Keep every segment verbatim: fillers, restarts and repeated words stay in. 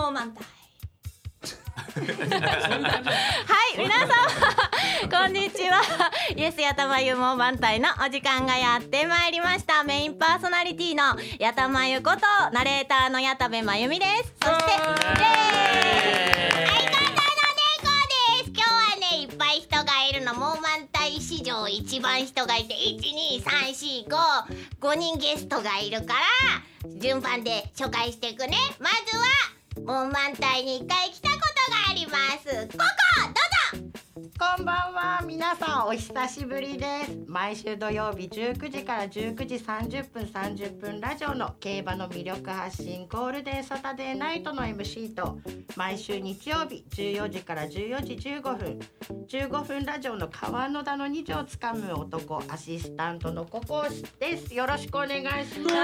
もう満タイはい皆様こんにちはイエスやたまゆもう満タイのお時間がやってまいりました。メインパーソナリティのやたまゆことナレーターのやたべまゆみです。そしてイエーイ相方のねこです。今日はねいっぱい人がいるの。もう満タイ史上一番人がいていちにさんしご ごにんゲストがいるから順番で紹介していくね。まずはもう満タイにいっかい来たことがあります。ここどうぞ。 こんばんは、皆さんお久しぶりです。毎週土曜日じゅうくじからじゅうくじさんじゅっぷんさんじゅっぷんラジオの競馬の魅力発信ゴールデンサタデーナイトの エムシー と毎週日曜日じゅうよじからじゅうよじじゅうごふんじゅうごふんラジオの川野田の虹をつかむ男アシスタントのココです。よろしくお願いします。 コ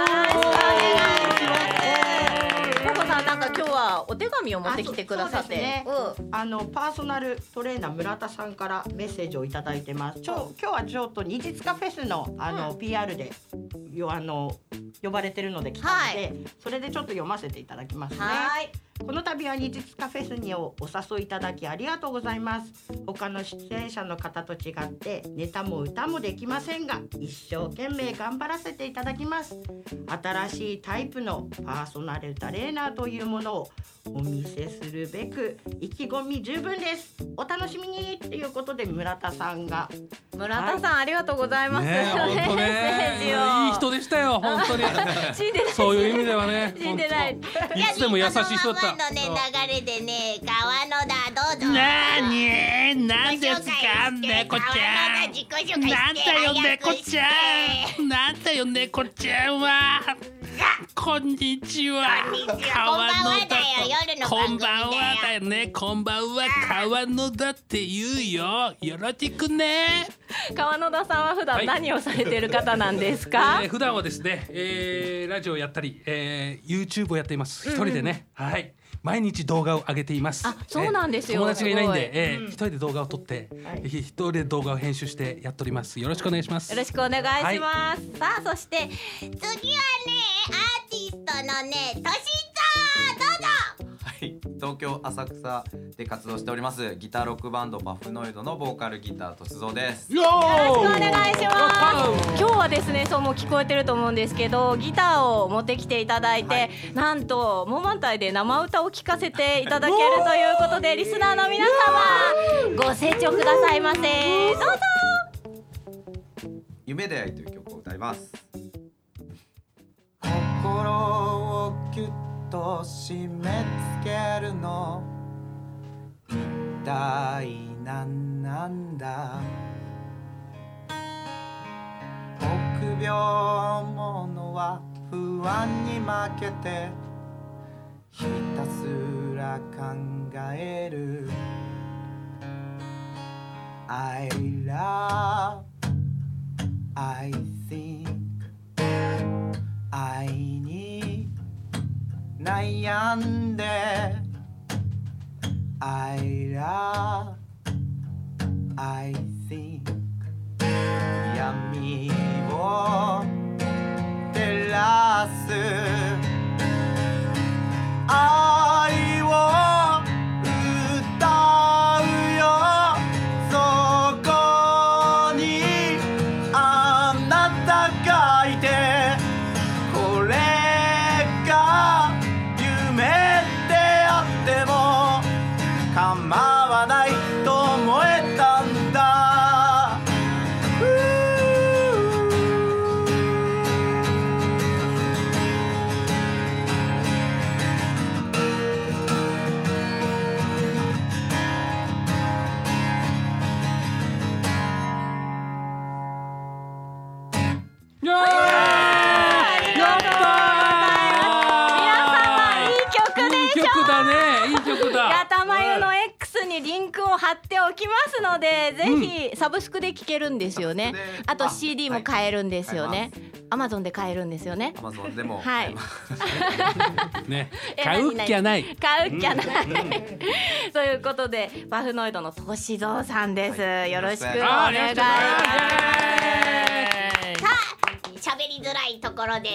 コさんなんか今日はお手紙を持ってきてくださって、 ねうん、あのパーソナルトレーナー村田さんからメッセージをいただいてます。ちょ今日はちょっと虹塚フェスのあの、うん、ピーアール でよあの呼ばれてるので来たので、はい、それでちょっと読ませていただきますね。はい、この度は虹塚フェスにお誘いいただきありがとうございます。他の出演者の方と違ってネタも歌もできませんが一生懸命頑張らせていただきます。新しいタイプのパーソナルトレーナーというものをお見せするべく意気込み十分です。お楽しみにということで村田さんが村田さん、はい、ありがとうございます。 ね、本当ねいい人でしたよ本当にそういう意味ではね死んでない。 いつでも優しい人だった。 このままのね流れでね川野田どうぞ。 なーになんですか猫ちゃん。なんだよ猫ちゃん。なんだよ猫ちゃんは。こんにちは。川野田。こんばんはだよね。こんばんは川野田って言うよ。よろしくね。 川野田さんは普段何をされている方なんですか？ えー、普段はですね、えー、ラジオやったり、えー、YouTube をやっています。一人でね、うん、はい。毎日動画を上げています。 あ、そうなんですよ。 友達がいないんで、えーうん、一人で動画を撮って、はい、一人で動画を編集してやっております。よろしくお願いします。 よろしくお願いします。はい、さあそして次はねアーティストのねとしぞどうぞ。 はい、東京浅草で活動しておりますギターロックバンドバフノイドのボーカルギターとしぞです。 よろしくお願いします。今日はですね、そうも聞こえてると思うんですけどギターを持ってきていただいて、はい、なんともう満タイで生歌を聴かせていただけるということでリスナーの皆様ご清聴くださいませ。どうぞ。 夢であいという曲を歌います。 心をキュッと締め付けるの一体何なんだ。臆病者は不安に負けてひたすら考える。 I love I think I need 悩んで I love I think 闇を照らす愛を歌うよ。そこにあなたがいてこれが夢であっても構わないと思えたんだ。 リンクを貼っておきますのでぜひサブスクで聴けるんですよね、うん、あと シーディー も買えるんですよね。アマゾンで買えるんですよね。 アマゾンでもはいね、買うっきゃない買うっきゃないということでバフノイドのとしぞうさんです、はい、よろしくお願いします。さあ喋りづらいところでど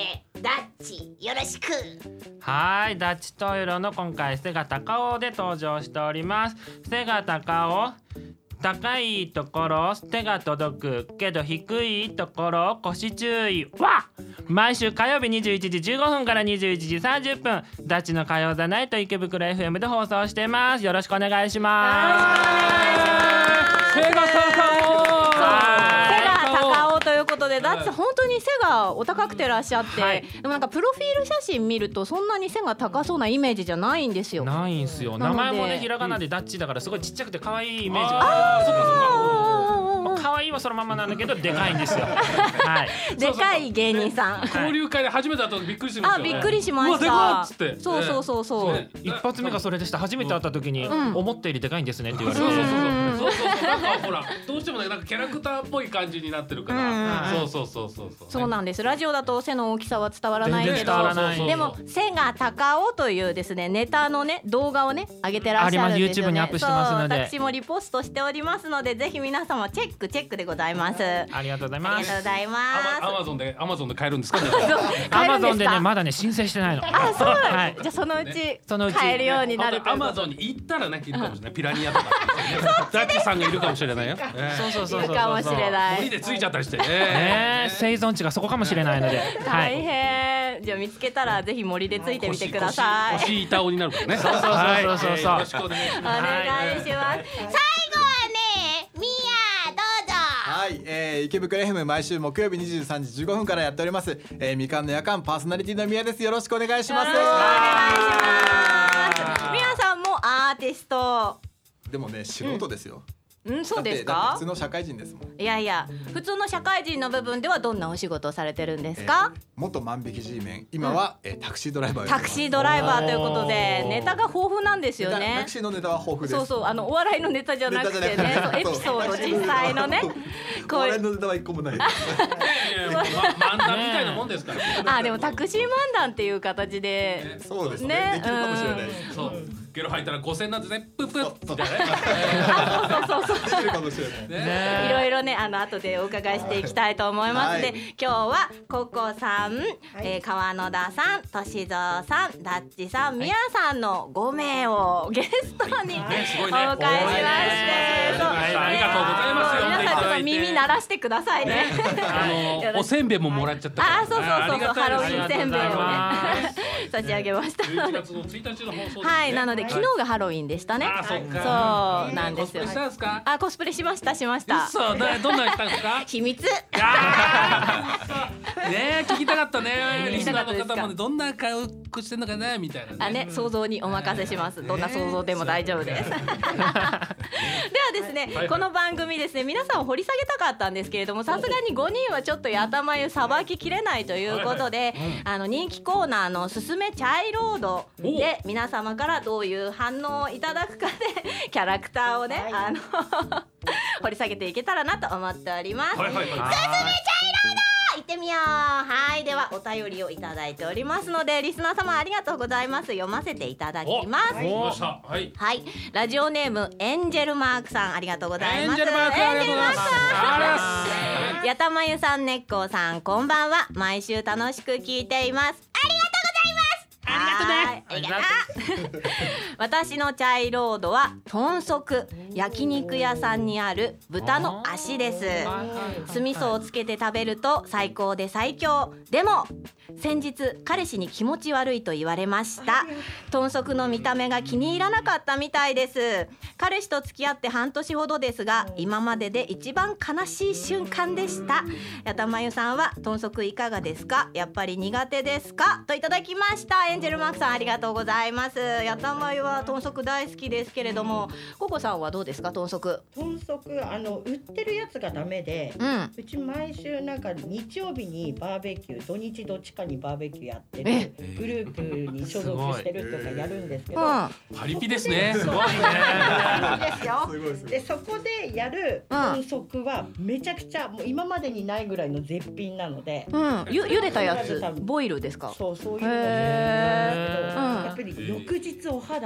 ダッチよろしく。 はい、ダッチトイロの今回背が高尾で登場しております。背が高尾、高いところ手が届くけど低いところ腰注意は毎週火曜日にじゅういちじじゅうごふんからにじゅういちじさんじゅっぷんダッチの火曜ザナイト池袋 エフエム で放送しています。よろしくお願いします。 背が高尾ということで、ダッチ本当に背がお高くてらっしゃって、はい、でもなんかプロフィール写真見るとそんなに背が高そうなイメージじゃないんですよ。 ないんすよ。名前もねひらがなでダッチだからすごいちっちゃくて可愛いイメージがある。そうかそうか。可愛いはそのままなんだけどでかいんですよ。はい。 でかい芸人さん。 交流会で初めて会った時びっくりしましたよね。 あ、びっくりしました。 うわでかっつって。 そうそうそうそう。 一発目がそれでした。初めて会った時に思ったよりでかいんですねって言われて。 そうそうそうそうそう。なんかほらどうしてもねなんかキャラクターっぽい感じになってるから。そうそうそうそうそう。 そうなんです。ラジオだと背の大きさは伝わらないけど、でも背が高尾というですねネタのね動画をね上げてらっしゃるんですよね。 YouTube にアップしてますので、 私もリポストしておりますのでぜひ皆様チェックチェックでございます。 ありがとうございます。 ありがとうございます。 アマゾンでアマゾンで買えるんですか？ アマゾンでねまだね申請してないの。 あ、そうなんです。じゃあそのうち買えるようになると。 アマゾンに行ったらねいるかもしれない。ピラニアとかダッチさんがいるかもしれないよ。 そうそうそうそう。 かもしれない。 森でついちゃったりしてね。生存地がそこかもしれないので。 大変。じゃあ見つけたらぜひ森でついてみてください。 腰板尾になるからね。 そうそうそうそうそう。 よろしくお願いします。 お願いします。最後はね、ミヤどうぞ。 はい、えー、池袋 エフエム 毎週木曜日にじゅうさんじじゅうごふんからやっております、えー、みかんの夜間パーソナリティの宮です。よろしくお願いします。 お願いします。宮さんもアーティスト。 でもね仕事ですよ。 うん、そうですか。 だって普通の社会人ですもん。 いやいや、普通の社会人の部分ではどんなお仕事をされてるんですか？ えー、元万引き G メン、今は、うん、えー、タクシードライバー。 タクシードライバーということでネタが豊富なんですよね。 タクシーのネタは豊富です。 そうそう、あのお笑いのネタじゃなくてね、エピソード実際のね。 お笑いのネタは一個もない。 漫談みたいなもんですから。 あ、でもタクシー漫談っていう形で。 そうですね。できるかもしれない。 そう。ゲロ吐いたらごせんなんてね、プップッみたいなね。 あ、そうそうそうそう。 できるかもしれない。 いろいろね、あの後でお伺いしていきたいと思いますので、今日はココさん、えー、川野田さん、としぞうさん、ダッチさん、みやさんのごめいをゲストにお迎えしまして、 ありがとうございます。 皆さんちょっと耳鳴らしてくださいね。 あのおせんべいももらっちゃった。 あ、そうそうそうそう、ハロウィンせんべいをね差し上げました。 じゅういちがつのついたちの放送ですね。 はい、なので昨日がハロウィンでしたね。 あ、そっか。 そうなんですよ。 コスプレしたんですか？ あ、コスプレしましたしました。 そう、どんなしたんですか？ 秘密。 ねえ、聞きたかったね。リスナーの方もね、どんな顔してんのかなみたいなね。 あ、ね、想像にお任せします。どんな想像でも大丈夫です。ではですね、この番組ですね、皆さんを掘り下げたかったんですけれども、さすがにごにんはちょっとやたまゆさばききれないということで、あの人気コーナーのすすめチャイロードで皆様からどういう反応をいただくかでキャラクターをね、あの掘り下げていけたらなと思っております。すすめチャイロード行ってみよう。はい、ではお便りをいただいておりますので、リスナー様ありがとうございます。読ませていただきます。 はい、 はい、ラジオネームエンジェルマークさん、ありがとうございます。 エンジェルマークありがとうございます。 やたまゆさん、ねっこうさん、こんばんは。毎週楽しく聞いています。ありがとうございます。ありがとうね。私のチャイロードは豚足、焼肉屋さんにある豚の足です。酢味噌をつけて食べると最高で最強。でも先日彼氏に気持ち悪いと言われました。豚足の見た目が気に入らなかったみたいです。彼氏と付き合って半年ほどですが、今までで一番悲しい瞬間でした。やたまゆさんは豚足いかがですか？やっぱり苦手ですか？といただきました。エンジェルマークさん、ありがとうございます。やたまゆは豚足大好きですけれども、ココさんはどうですか？豚足。 豚足、あの売ってるやつがダメで、うん、うち毎週なんか日曜日にバーベキュー、土日どっちかにバーベキューやってるグループに所属してるとかやるんですけど、 パリピですね。すごいね。 でそこでやる豚足はめちゃくちゃもう今までにないぐらいの絶品なので、 うん、ゆ茹でたやつボイルですか？ そうそういうのなんですけど、やっぱり翌日お肌が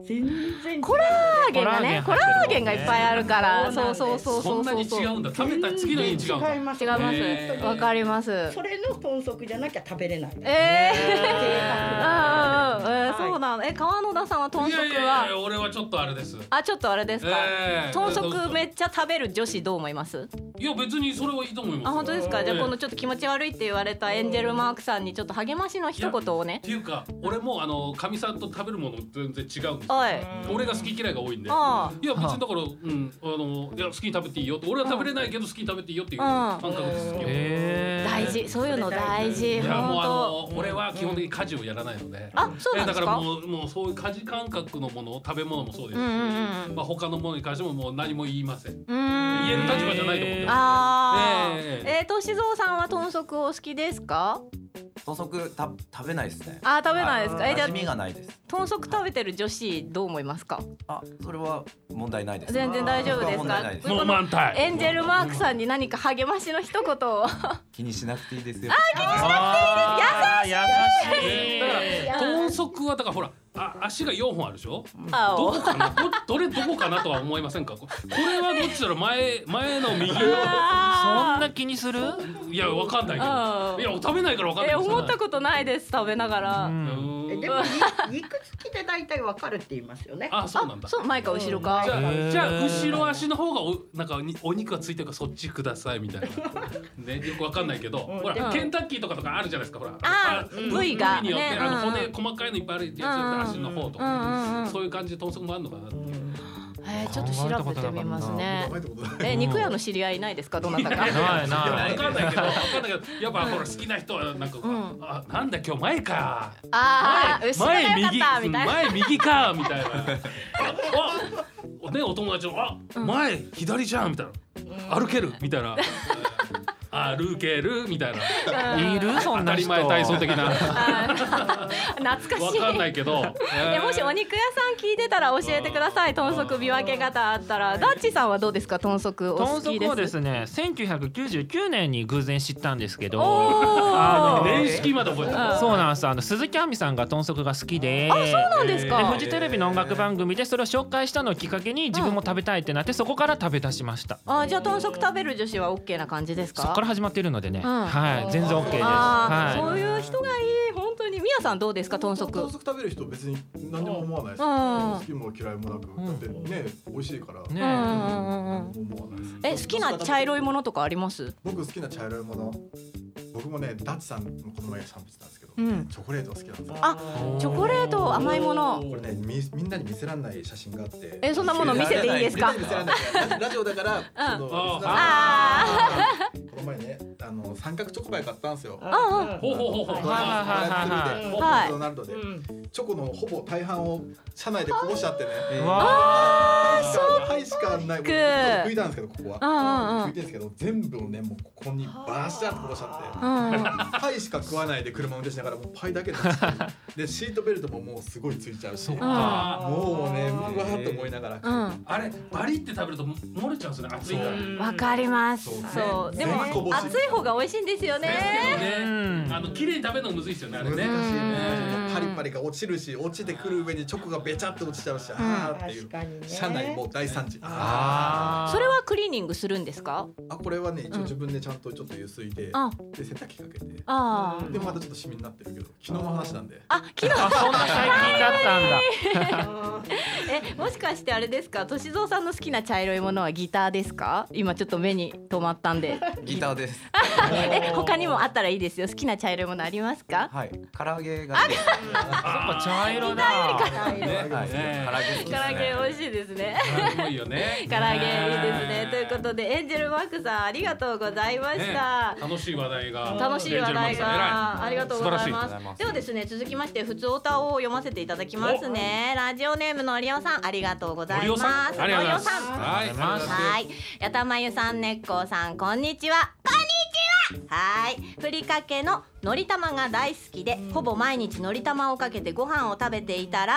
全然違う。 コラーゲンがね、コラーゲンがいっぱいあるからそうそうそうそうそうそんなに違うんだ。食べた次の日に違うんだ。 違います。 違いますへーわかりますそれの豚足じゃなきゃ食べれない。 えはー、そうなの。え、川野田さんは豚足いやいやいはや俺はちょっとあれです。 あ、ちょっとあれですか、 えー豚足めっちゃ食べる女子どう思います？ いや別にそれはいいと思います。 あ、本当ですか。じゃあええ今度ちょっと気持ち悪いって言われたエンジェルマークさんにちょっと励ましの一言をねっていうか俺もあのかみさんと食べるもの全然違うんですよ。 おい俺が好き嫌いが多いんで。いあや別にだからうんあのいや好きに食べていいよって俺は食べれないけど好きに食べていいよっていう感覚です。基本へー大事、そういうの大事。 いやもうあ本の俺は基本的に家事をやらないので。 当。あ、そうなんですか。 えだからもうもうそういう家事感覚のもの食べ物もそうですし、 うんうんうんまあ他のものに関してももう何も言いません。 うーん。 言える立場じゃないと思ってます。 ああ、 えええー、としぞうさんは豚足お好きですか？ 豚足た食べないですね。 あー、食べないですか。え、じゃあ馴染みがないです。 豚足食べてる女子どう思いますか？ あ、それは問題ないです。 全然大丈夫ですか僕は問題ないです。 もう満タイ。 エンジェルマークさんに何か励ましの一言を気にしなくていいですよ。 あー優しい。 だから豚足はだからほらあ足がよんほんあるでしょ。 あどこかなどどれどこかなとは思いませんか。ここれはどっちだろう前前の右のそんな気にする？ いやわかんないけあーどいや食べないからわかんないえ、 ですよ思ったことないです。食べながら、 うんうんえでもに肉付きで大体わかるって言いますよね。 あそうなんだ。 そう、前か後ろか、 じゃあへーじゃあ後ろ足の方がおなんかにお肉がついてるからそっちくださいみたいなねよくわかんないけどほらうんケンタッキーとかとかあるじゃないですかほらあー部位が部位によってねあのうん骨細かいのいっぱいあるやつじゃなくて足の方とうんうんうんかねそういう感じで豚足もあるのかな。 えー、ちょっと調べてみますね。 考えたことない。 え、肉屋の知り合いいないですか？どなたか。 ないいやない。 わかんないけどわかんないけどやっぱほら好きな人はなんかんあなんだ今日前かああ、後ろが前良かっ右たみたいな。 前右かみたいなあねお友達のあ前左じゃんみたいな歩けるみたいな歩けるみたいないるそんな人。 当たり前体操的な懐かしい。 わかんないけどえ、もしお肉屋さん聞いてたら教えてください。豚足見分け方あったら。ダッチさんはどうですか？豚足お好豚きです。 足はですね、せんきゅうひゃくきゅうじゅうきゅうねんに偶然知ったんですけど、 おーあの年式まで覚えてるそうなんです。あの鈴木亜美さんが豚足が好きで、 あ、そうなんですでか。 フジテレビの音楽番組でそれを紹介したのをきっかけに自分も食べたいってなってそこから食べ出しました。 あ、じゃあ豚足食べる女子はオッケーな感じですか？ そこから始まっているのでね、 うんはい全然 OK です。 あー、 はそういう人がいい。本当に。みやさんどうですか？豚足。 豚足食べる人別に何でも思わないです。 うん好きも嫌いもなく、だってね美味しいから。 い。ねうんうんうんうん。 何も思わないです。 え、好きな茶色いものとかあります？ 僕好きな茶色いもの。僕もねダッチさんのこの前喋ってたんですけど、 うんチョコレートが好きなんですよ。 あ、チョコレート甘いもの。 これねみみんなに見せられない写真があって。 え、そんなもの見せていいですか？ みんなに見せられないラジラジオだから。そのあこの前ねあの三角チョコパイ買ったんですよ。 うんうん。 ほうほうほうほうドライはいブはいマクドナルドでチョコのほぼ大半を車内でこぼしちゃってね。 うわあー、そう。 はいしかない。僕く拭いたんですけどここは。 うんうんうん拭いてるんですけど全部をねもうここにバーシャーってこぼしちゃって。 うん。 パイしか食わないで車運転しながらもうパイだけででシートベルトももうすごいついちゃうしもうねうわーって思いながら、 うん。 あれバリって食べると漏れちゃうんですよね熱いからわかります。そう。でも全こぼし熱い方が美味しいんですよね。 ねあの綺麗に食べるのむずいですよねあれ難しいねねパリパリが落ちるし落ちてくる上にチョコがべちゃって落ちちゃうし、あーっていう確かにね。 車内もう大惨事。 あそれはクリーニングするんですか？ あこれはね一応自分でちゃんとちょっとゆすいで、 あで洗濯機かけてああ。 でまたちょっとシミになってるけど昨日の話なんであ、昨日。 あそんな最近だったんだ。 え、もしかしてあれですか？としぞうさんの好きな茶色いものはギターですか？今ちょっと目に留まったんで。 ギターです。 え、他にもあったらいいですよ。好きな茶色いものありますか？ はい。唐揚げがいいです。 そっか茶色だ。 はい。 ね唐揚げ好きです唐揚げね。 美味しいですね。 すごいよね唐揚げいいですね。ということでエンジェルマークさんありがとうございました。 ね楽しい話題が楽しい話題がありがとうござい素晴らます。ではですね続きましてふつおたを読ませていただきますね。ラジオネームのりおさんありがとうございます。 森尾さんありがとうございます森尾さんはいはい、やたまゆさんねっこうさんこんにちは。こんにちは。はい、ふりかけののり玉が大好きで、ほぼ毎日のり玉をかけてご飯を食べていたら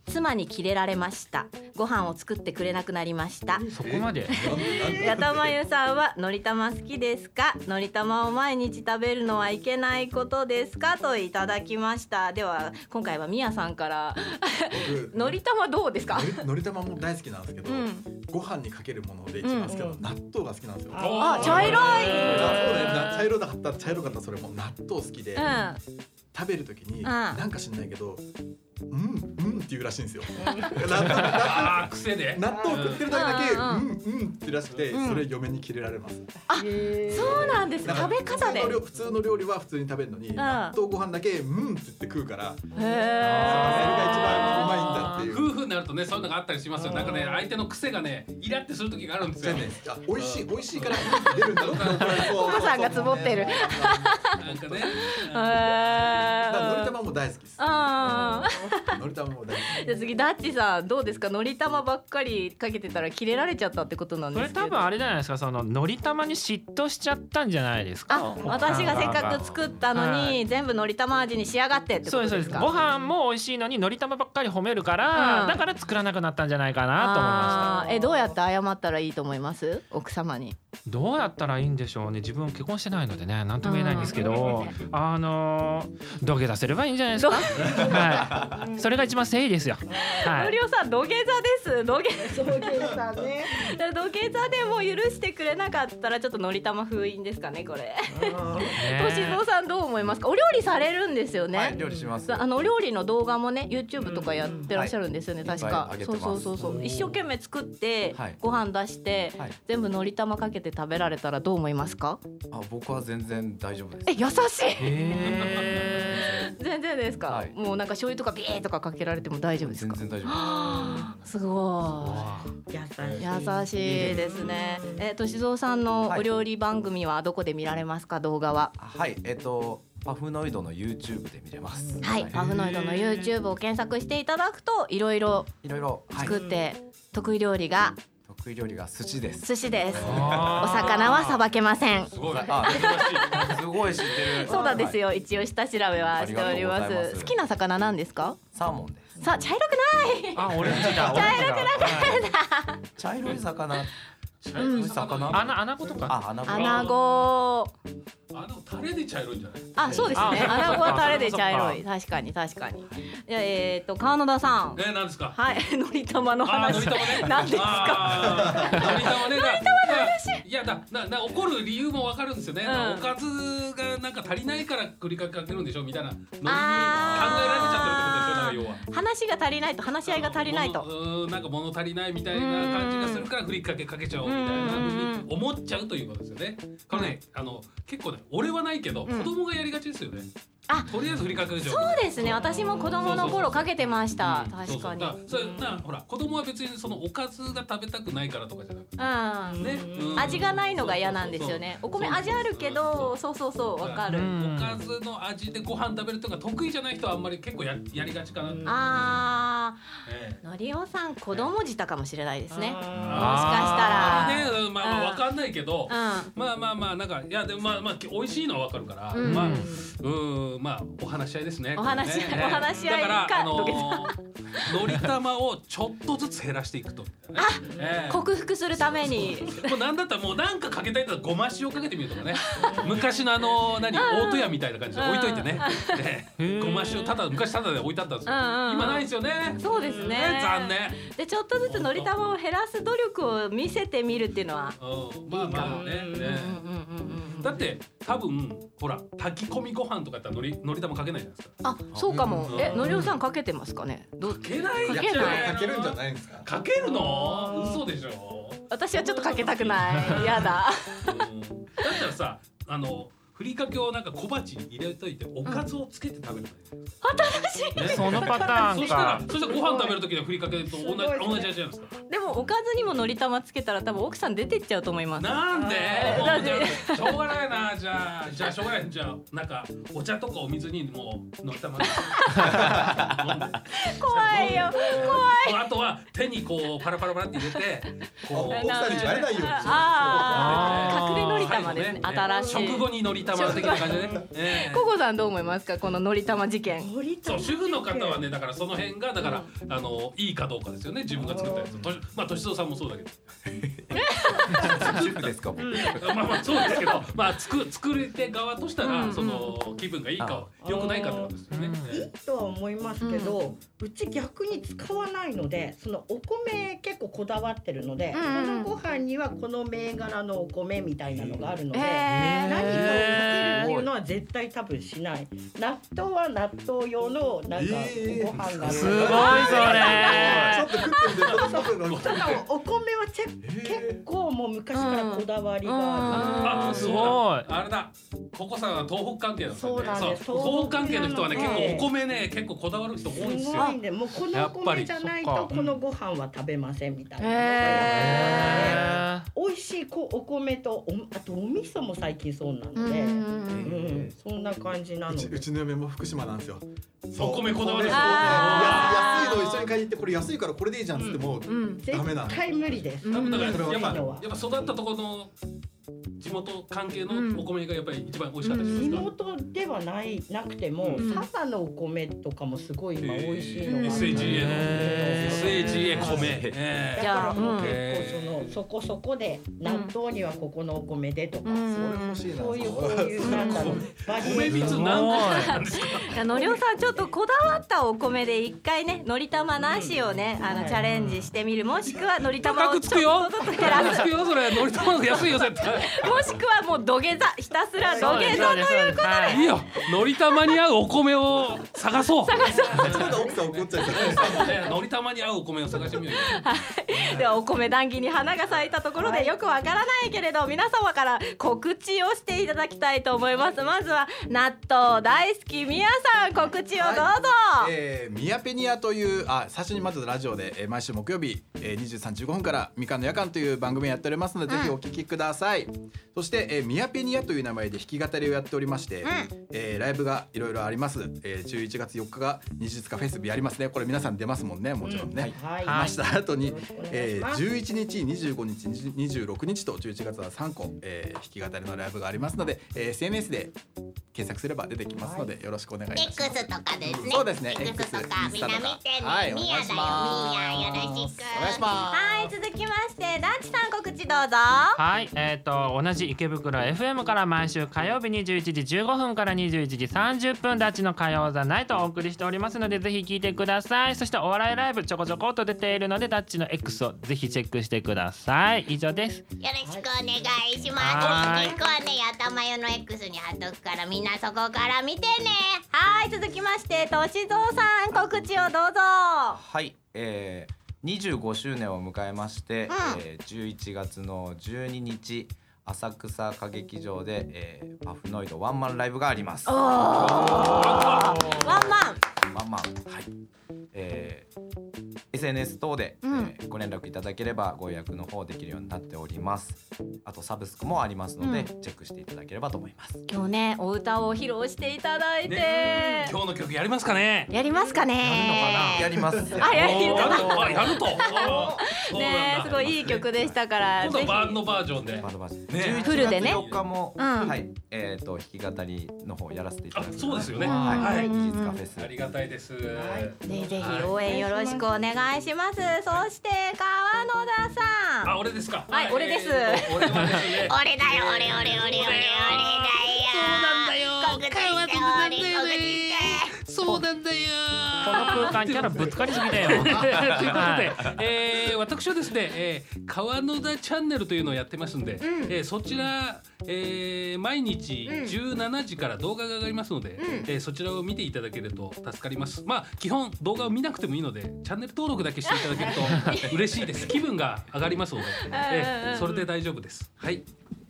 妻にキレられました。ご飯を作ってくれなくなりました。 そこまで。 やたまゆさんはのりたま好きですか？のりたまを毎日食べるのはいけないことですか？といただきました。では今回はみやさんからのりたまどうですか？ のりたまも大好きなんですけど、うん、ご飯にかけるもので一番好きなのは納豆が好きなんですよ。 あ、茶色い。 茶色だった茶色かったそれも納豆好きで、うん、食べるときになんか知んないけど。うんうんって言うらしいんですよ。 ああ癖で納豆を食ってる時だけうんうんってらしくて、それ嫁にキレられます。 あ、そうなんです。食べ方で普通の料理は普通に食べるのに納豆ご飯だけうんって言って食うから、へえ、それが一番うまいんだっていう。 夫婦になるとねそういうのがあったりしますよ。なんかね相手の癖がねイラってする時があるんですよ。 美味しい美味しいから出るんだろうな。 お子さんがつぼってる。 なんかね。 のりたまも大好きです。のりたまも大好き。 じゃあ次ダッチさんどうですか？のりたまばっかりかけてたらキレられちゃったってことなんですけど。 これ多分あれじゃないですか、そののりたまに嫉妬しちゃったんじゃないですか。 あ、私がせっかく作ったのに、はい、全部のりたま味に仕上がってってことですか？そうです。 ご飯も美味しいのにのりたまばっかり褒めるから、うん、だから作らなくなったんじゃないかなと思いました。 え、どうやって謝ったらいいと思います？奥様に。 どうやったらいいんでしょうね。自分結婚してないのでね、なんとも言えないんですけど、あのー、土下座すればいいんじゃないですか。はい、それが一番誠意ですよ。 はい。のりおさん土下座です。土下座ね。土下座でも許してくれなかったらちょっとのりたま封印ですかねこれ。としぞうさんどう思いますか？お料理されるんですよね。 はい、料理します。 あのお料理の動画もね YouTube とかやってらっしゃるんですよね、うん、確か。そうそうそうそう。一生懸命作って、はい、ご飯出して、はい、全部のりたまかけて食べられたらどう思いますか？ あ、僕は全然大丈夫です。 え、優しい。全然ですか、はい、もうなんか醤油とかビーとかかけられても大丈夫ですか？ 全然大丈夫です。 すごい優しいですね。え、としぞうさんのお料理番組はどこで見られますか？動画は。 はい、えっとパフノイドの YouTube で見れます。 はい、パフノイドの YouTube を検索していただくといろいろいろいろ作って得意料理が得意料理が寿司です。 寿司です。お魚はさばけません。 すごい。 あ、すごい知ってる。 そうなんですよ。はい、一応下調べはしております。ます好きな魚なんですか？ サーモンです。 さあ、茶色くない。 あ、オレンジだ。 茶色くなかった。 茶色い魚。 茶色い魚。 あな、アナゴとか。 あ、アナゴ。 アナゴ。 あのタレで茶色いんじゃない？ あ、そうですね。アナゴはタレで茶色い。確かに確かに。えっと川野田さん。 え、なんですか？ はい、のりたまの話。のりたまね。なんですか？ のりたまね。のりたまの話。 いやだ、な、な怒る理由もわかるんですよね。おかずがなんか足りないから繰りかけるんでしょみたいなのに考えられちゃってるってことでしょ。要は。話が足りないと話し合いが足りないと。 うん、なんか物足りないみたいな感じがするから振りかけかけちゃおうみたいなふうに思っちゃうということですよね。これね、あの結構ね、俺はないけど子供がやりがちですよね。あ、とりあえず振りかけるじゃん。 そうですね。私も子供の頃かけてました。確かに。 それな、ほら子供は別にそのおかずが食べたくないからとかじゃなくて、ね、 味がないのが嫌なんですよね。お米味あるけど、そうそうそうわかる。 おかずの味でご飯食べるとか得意じゃない人はあんまり結構ややりがちかな。ああ、のりおさん子供舌かもしれないですね。もしかしたら。 ね、まあわかんないけど、まあまあまあなんかいやでもまあまあ美味しいのはわかるから、まあうん。まあお話し合いですね。 お話し合い、ね、お話し合いか。 だからあのー、のりたまをちょっとずつ減らしていくと、ね。 あ、えー、克服するために。 もうなんだったらもうなんかかけたいとごま塩かけてみるとかね。昔のあのー、何大戸屋みたいな感じで置いといてね。ね、ごま塩ただ昔ただで置いてあったんですよ。今ないですよね。 そうですね。 ね、残念。 でちょっとずつのりたまを減らす努力を見せてみるっていうのは。 まあまあね。ね。だって多分ほら炊き込みご飯とかやったらのりのり玉かけないじゃないですか。 あ、そうかも。え、のりおさんかけてますかね。 かけないかけない。 かけるんじゃないんですか。 かけるの？嘘でしょ。 私はちょっとかけたくない。やだ。だったらさ、あのふりかけをなんか小鉢に入れといておかずをつけて食べる。 新しい。 そのパターンか。 そしたらそしたらご飯食べる時のふりかけと同じ同じ味じゃないですか。 でもおかずにものり玉つけたら多分奥さん出てっちゃうと思います。 なんで？だってしょうがないな。 あじゃあじゃあしょうがないじゃあなんかお茶とかお水にもうのり玉怖いよ怖い。 あとは手にこうパラパラパラって入れてこう奥さんにバレないように。 ああ隠れのり玉ですね。新しい。 食後にのり玉的な感じでね。 ココさんどう思いますかこののり玉事件。 そう主婦の方はねだからその辺がだからあのいいかどうかですよね自分が作ったやつ。まあとしぞうさんもそうだけど。 主婦ですか僕。 まあまあそうですけどまあ作作り手側としたらその気分がいいか良くないかってことですよね。 いいとは思いますけど、うち逆に使わないのでそのお米結構こだわってるので、このご飯にはこの銘柄のお米みたいなのがあるので、何かをかけるっていうのは絶対多分しない。納豆は納豆用のなんかご飯がある。 すごいそれ。 ちょっと食ってみて。 ただお米はチェ結構もう昔からこだわりがある。 あ、すごい。あれだ。ココさんは東北関係なんですよね。 そうなんです。 東北関係の人はね、結構お米ね、結構こだわる人多いんですよ。 すごいんで、もうこのお米じゃないとこのご飯は食べませんみたいなのがやっぱり美味しいこお米とあとお味噌も最近そうなので、うんそんな感じなので。 うちの嫁も福島なんですよ。 お米こだわる。 安いの一緒に買いに行ってこれ安いからこれでいいじゃんっつってもダメなの。 絶対無理です。 だからやっぱやっぱ育ったところの地元関係のお米がやっぱり一番美味しかったですか。 地元ではないなくても佐賀のお米とかもすごい今美味しいのがエスエージーエー の エスエージーエー 米。 だからもう結構そのそこそこで納豆にはここのお米でとか、そういうこういうなんだろうバリエーション何個なんですか。 のりおさんちょっとこだわったお米で一回ねのり玉なしをねあのチャレンジしてみる、もしくはのり玉をちょっとずつ減らす。 つくよそれのり玉の安いよ絶対。 もしくはもう土下座ひたすら土下座ということで。 いいよのり玉に合うお米を探そう。 探そう。 奥さん怒っちゃう。 のり玉に合うお米を探してみよう。 はい。ではお米談義に花が咲いたところでよくわからないけれど皆様から告知をしていただきたいと思います。まずは納豆大好きみやさん告知をどうぞ。 はい、えー、ミヤペニアというあ最初にまずラジオで、えー、毎週木曜日、えー、にじゅうさんじじゅうごふんからみかんの夜間という番組をやっておりますので、うん、ぜひお聞きください。そして、えー、ミヤペニアという名前で弾き語りをやっておりまして、うんえー、ライブがいろいろあります、えー、じゅういちがつよっかが二十日フェスビやりますね。これ皆さん出ますもんねもちろんね、うん、はい、ました後に、えー、じゅういちにちにじゅうごにちにじゅうろくにちとじゅういちがつはさんこ、えー、弾き語りのライブがありますので、えー、エスエヌエス で検索すれば出てきますので、はい、よろしくお願いいたします。 X とかですね。 そうですね X とかみんな見てね、 はい、 ミヤだよミヤよろしくお願いします。 はい続きましてダンチさん告知どうぞ。 はいえっ、ー、と同じ池袋 エフエム から毎週火曜日にじゅういちじじゅうごふんからにじゅういちじさんじゅっぷんダッチの火曜ザナイトをお送りしておりますのでぜひ聞いてください。そしてお笑いライブちょこちょこっと出ているのでダッチの X をぜひチェックしてください。以上です。 よろしくお願いします。リンクはねやたまよの X に貼っとくからみんなそこから見てね。 はい続きましてとしぞうさん告知をどうぞ。 はい、えー、にじゅうごしゅうねんを迎えまして、うんえー、じゅういちがつのじゅうににち浅草歌劇場で、えー、パフノイドワンマンライブがあります。 おーワンマンワンマンはい、えー、エスエヌエス 等で、うんえー、ご連絡いただければご予約の方できるようになっております。あとサブスクもありますので、うん、チェックしていただければと思います。 今日ねお歌を披露していただいて、 ね、今日の曲やりますかね。 やりますかね。 やります。 あやりやるあやるとねすごいいい曲でしたから今度はバンドバージョンでバンドバージョンねフルでねじゅういちがつよっかも、うん、はいえっ、ー、と弾き語りの方やらせていただきます。 そうですよね。 はい、はい、 技術カフェスありがたいです。はい、ねぜひ応援よろしくお願いします。そして川野田さん。 あ俺ですか。 はい、俺です。 俺はですね。 俺だよ俺俺俺俺俺だよ。 そうなんだよ。 告知して俺告知してそうなんだよ。 この空間キャラぶつかりすぎだよ。 ということで、えー、私はですね、えー、川野田チャンネルというのをやってますんで、うんえー、そちら、えー、毎日じゅうしちじから動画が上がりますので、うんえー、そちらを見ていただけると助かります。まあ基本動画を見なくてもいいのでチャンネル登録だけしていただけると嬉しいです。気分が上がりますので、えー、それで大丈夫です。はい。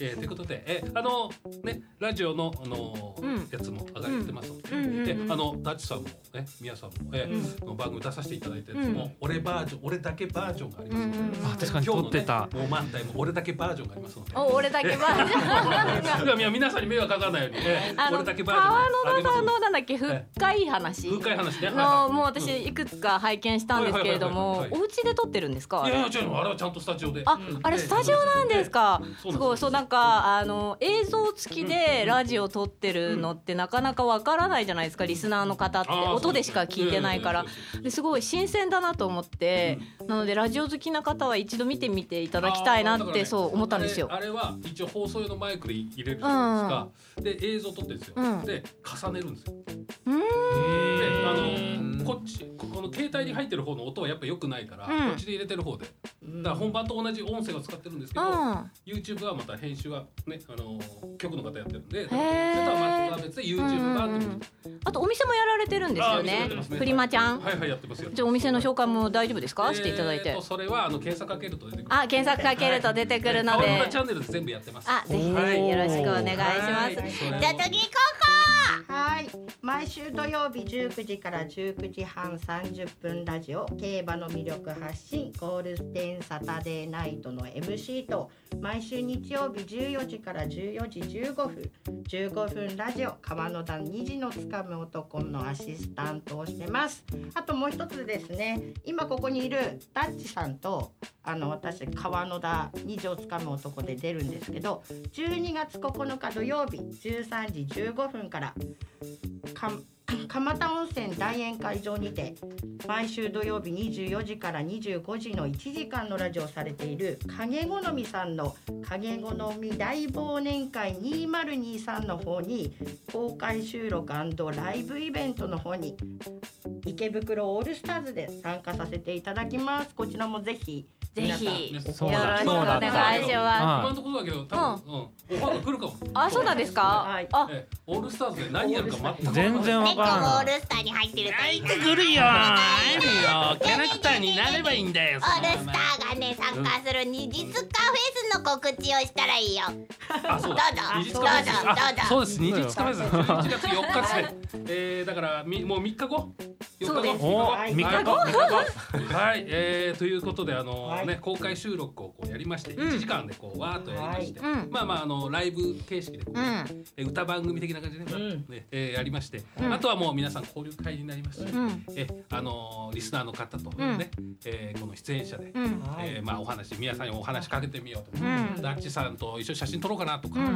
えー、ということで、えー、あのねラジオのあのーうん、やつも上がってますので、うんうんうん、であのダッチさんもね宮さんも、えーうん、番組出させていただいたやつも、うん、俺バージョン俺だけバージョンがありますので、うんうん、 あ確かに撮ってた、 ね、もう満タイも俺だけバージョンがありますので、 お俺だけバージョンいや皆さんに迷惑かからないように、えー、俺だけバージョン川野田さんのなんだっけ深い話深い話ねのもう私いくつか拝見したんですけれども、お家で撮ってるんですか？ いやいや違う、あれはちゃんとスタジオで。 あ、あれスタジオなんですか？すごい、そうなんかあの映像付きでラジオ撮ってるのってなかなかわからないじゃないですか、リスナーの方って音でしか聞いてないから、ですごい新鮮だなと思って、なのでラジオ好きな方は一度見てみていただきたいなってそう思ったんですよ。 あれは一応放送用のマイクで入れるじゃないですか。で映像撮ってるんですよ。で重ねるんですよ。であのこっちこの携帯に入ってる方の音はやっぱ良くないから、こっちで入れてる方で、だから本番と同じ音声を使ってるんですけど、YouTube はまた編集はねあの局の方やってるんで、それとはまた別で YouTube 版ってこと。 あとお店もやられてるんですよね。フリマちゃん。 はいはいやってますよ。 じゃあお店の紹介も大丈夫ですか？していただいて。 それはあの検索かけると出てくる。 あ、検索かけると出てくるので。 川野田チャンネルで全部やってます。 あ、ぜひよろしくお願いします。 じゃあ次行こうか。 はい。毎週土曜日じゅうくじからじゅうくじはんさんじゅっぷんラジオ競馬の魅力発信ゴールデンサタデーナイトの エムシー と毎週日曜日じゅうよじからじゅうよじじゅうごふんじゅうごふんラジオ川野田虹のつかむ男のアシスタントをしてます。あともう一つですね、今ここにいるダッチさんとあの私川野田虹をつかむ男で出るんですけど、じゅうにがつここのか土曜日じゅうさんじじゅうごふんからか蒲田温泉大宴会場にて毎週土曜日にじゅうよじからにじゅうごじのいちじかんのラジオをされている影好みさんの影好み大忘年会にせんにじゅうさんの方に公開収録&ライブイベントの方に池袋オールスターズで参加させていただきます。こちらもぜひぜひよろしくおそうだ願いします。 今のところだけど多分、うん、オファーが来るかも。 あ、そうなんですか。 はい、 あ、 えオールスターズで何やるか全く全然わからオない。 ールスターに入ってるといい入ってくるよ入るよキャラクターになればいいんだよ。 オールスターがね参加する二次塚フェスの告知をしたらいいよ。 あ、そうどうぞ二次塚フェスどうぞどうぞあそうです二次塚フェスじゅういちがつよっかですね。えー、だからみもうみっかごよっかごおみっかごはい、えー、ということであの、 はい、 ね公開収録をこうやりまして、うん、いちじかんでこうわーっとやりまして、 はい、 まあまああのライブ形式でこう、ねうん、歌番組的な感じで、ねうんねえー、やりまして、うん、あとはもう皆さん交流会になりまして、うん、えあのー、リスナーの方とね、うんえー、この出演者で、うんえー、まあお話皆さんにお話しかけてみようとか、うん、ダッチさんと一緒に写真撮ろうかなとか、うん、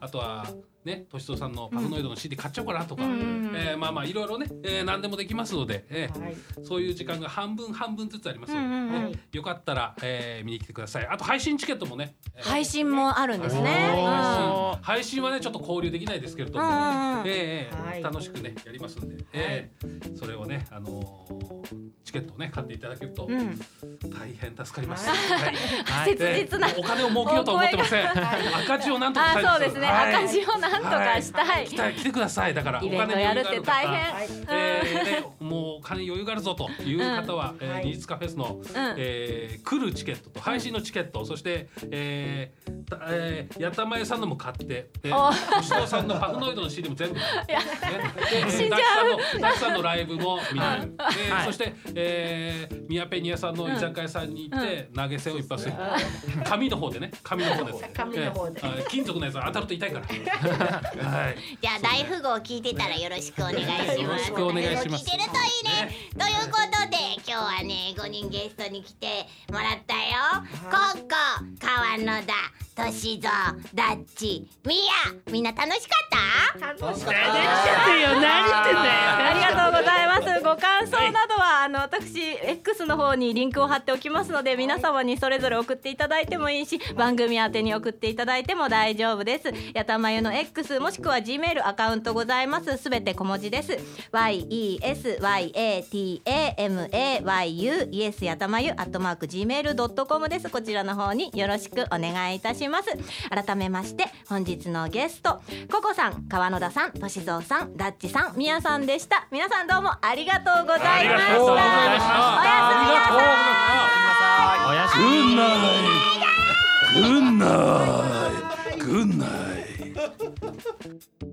あとはねとしとさんのパフノイドの シーディー 買っちゃおうかなとか、うんえー、まあまあいろいろね、えー、何でもできますので、えーはい、そういう時間が半分半分ずつありますので、うんねはい、よかったら、えー、見に来てください。あと配信チケットもね、えー、 配信もあるんですね。 配信、配信はねちょっと交流できないですけれども、えーはい、楽しくねやりますんで、はいえー、それをねあのー、チケットをね買っていただけると、うん、大変助かります。はいはい、切実な、 えー、お金を儲けようとは思ってません。赤字をなんとかしたいです。 あ、そうですね、はい、赤字をなんとかしたい。 はい、来た来てください。だからイベントやるって大変。 はいえー、もうお金余裕があるぞという方は、うんえー、ニーツカフェスの、うんえー、来るチケットと配信のチケット、そして、えーえー、やたまえさんのも買って、えー、吉野さんのパフノイドの シーディー も全部買って、ね、でダッチさんのダッチさんのライブも見に行く、えーはい、そして、えー、ミヤペニアさんの居酒屋さんに行って、うん、投げ銭を一発する、うん、紙の方でね紙の方です、 紙の方で、 えー、金属のやつ当たると痛いからはい、 じゃあ大富豪聞いてたらよろしくお願いします。 よろしくお願いします。 聞いてるといいね。ねということで今日はねごにんゲストに来てもらったよ。ココ、川野田、としぞう、ダッチ、ミヤ、みんな楽しかった？ 楽しかった。 ありがとうございます。ご感想などはあの私 X の方にリンクを貼っておきますので、皆様にそれぞれ送っていただいてもいいし、番組宛てに送っていただいても大丈夫です。やたまゆの X もしくは Gmail アカウントございます。すべて小文字です。ワイイーエスワイエーティーエーエムエーワイユー イエスやたまゆアットマーク ジーメールドットコム です。こちらの方によろしくお願いいたします。改めまして本日のゲストココさん、川野田さん、としぞうさん、ダッチさん、みやさんでした。皆さんどうもありがとうございました。おやすみなさい。 おやすみなさい。 グッナイグッナイグよ。